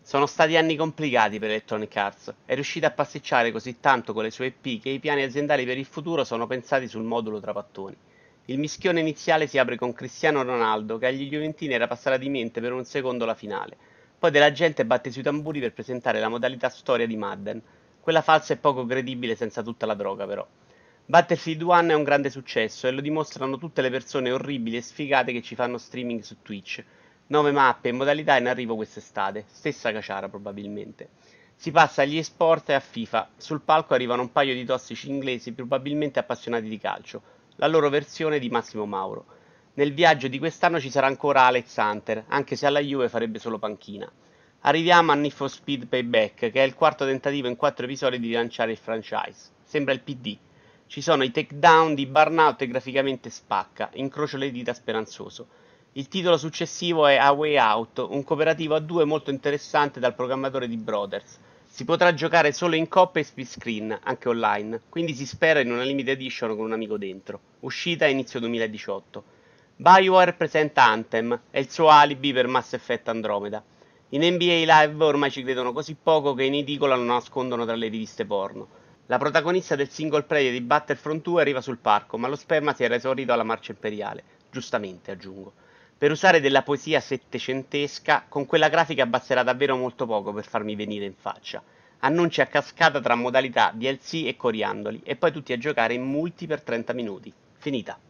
Sono stati anni complicati per Electronic Arts. È riuscita a pasticciare così tanto con le sue IP che i piani aziendali per il futuro sono pensati sul modulo trapattoni. Il mischione iniziale si apre con Cristiano Ronaldo, che agli Juventini era passata di mente per un secondo la finale. Poi della gente batte sui tamburi per presentare la modalità storia di Madden. Quella falsa e poco credibile senza tutta la droga, però. Battlefield 1 è un grande successo e lo dimostrano tutte le persone orribili e sfigate che ci fanno streaming su Twitch. 9 mappe e modalità in arrivo quest'estate, stessa caciara probabilmente. Si passa agli esport e a FIFA. Sul palco arrivano un paio di tossici inglesi probabilmente appassionati di calcio, la loro versione di Massimo Mauro. Nel viaggio di quest'anno ci sarà ancora Alex Hunter, anche se alla Juve farebbe solo panchina. Arriviamo a Need for Speed Payback, che è il quarto tentativo in 4 episodi di rilanciare il franchise. Sembra il PD. Ci sono i takedown di Burnout e graficamente spacca, incrocio le dita speranzoso. Il titolo successivo è A Way Out, un cooperativo a due molto interessante dal programmatore di Brothers. Si potrà giocare solo in coppia e split screen, anche online, quindi si spera in una limited edition con un amico dentro. Uscita inizio 2018. BioWare presenta Anthem, è il suo alibi per Mass Effect Andromeda. In NBA Live ormai ci credono così poco che in edicola lo nascondono tra le riviste porno. La protagonista del single player di Battlefront 2 arriva sul parco, ma lo sperma si era esaurito alla marcia imperiale. Giustamente, aggiungo. Per usare della poesia settecentesca, con quella grafica basterà davvero molto poco per farmi venire in faccia. Annunci a cascata tra modalità DLC e coriandoli, e poi tutti a giocare in multi per 30 minuti. Finita.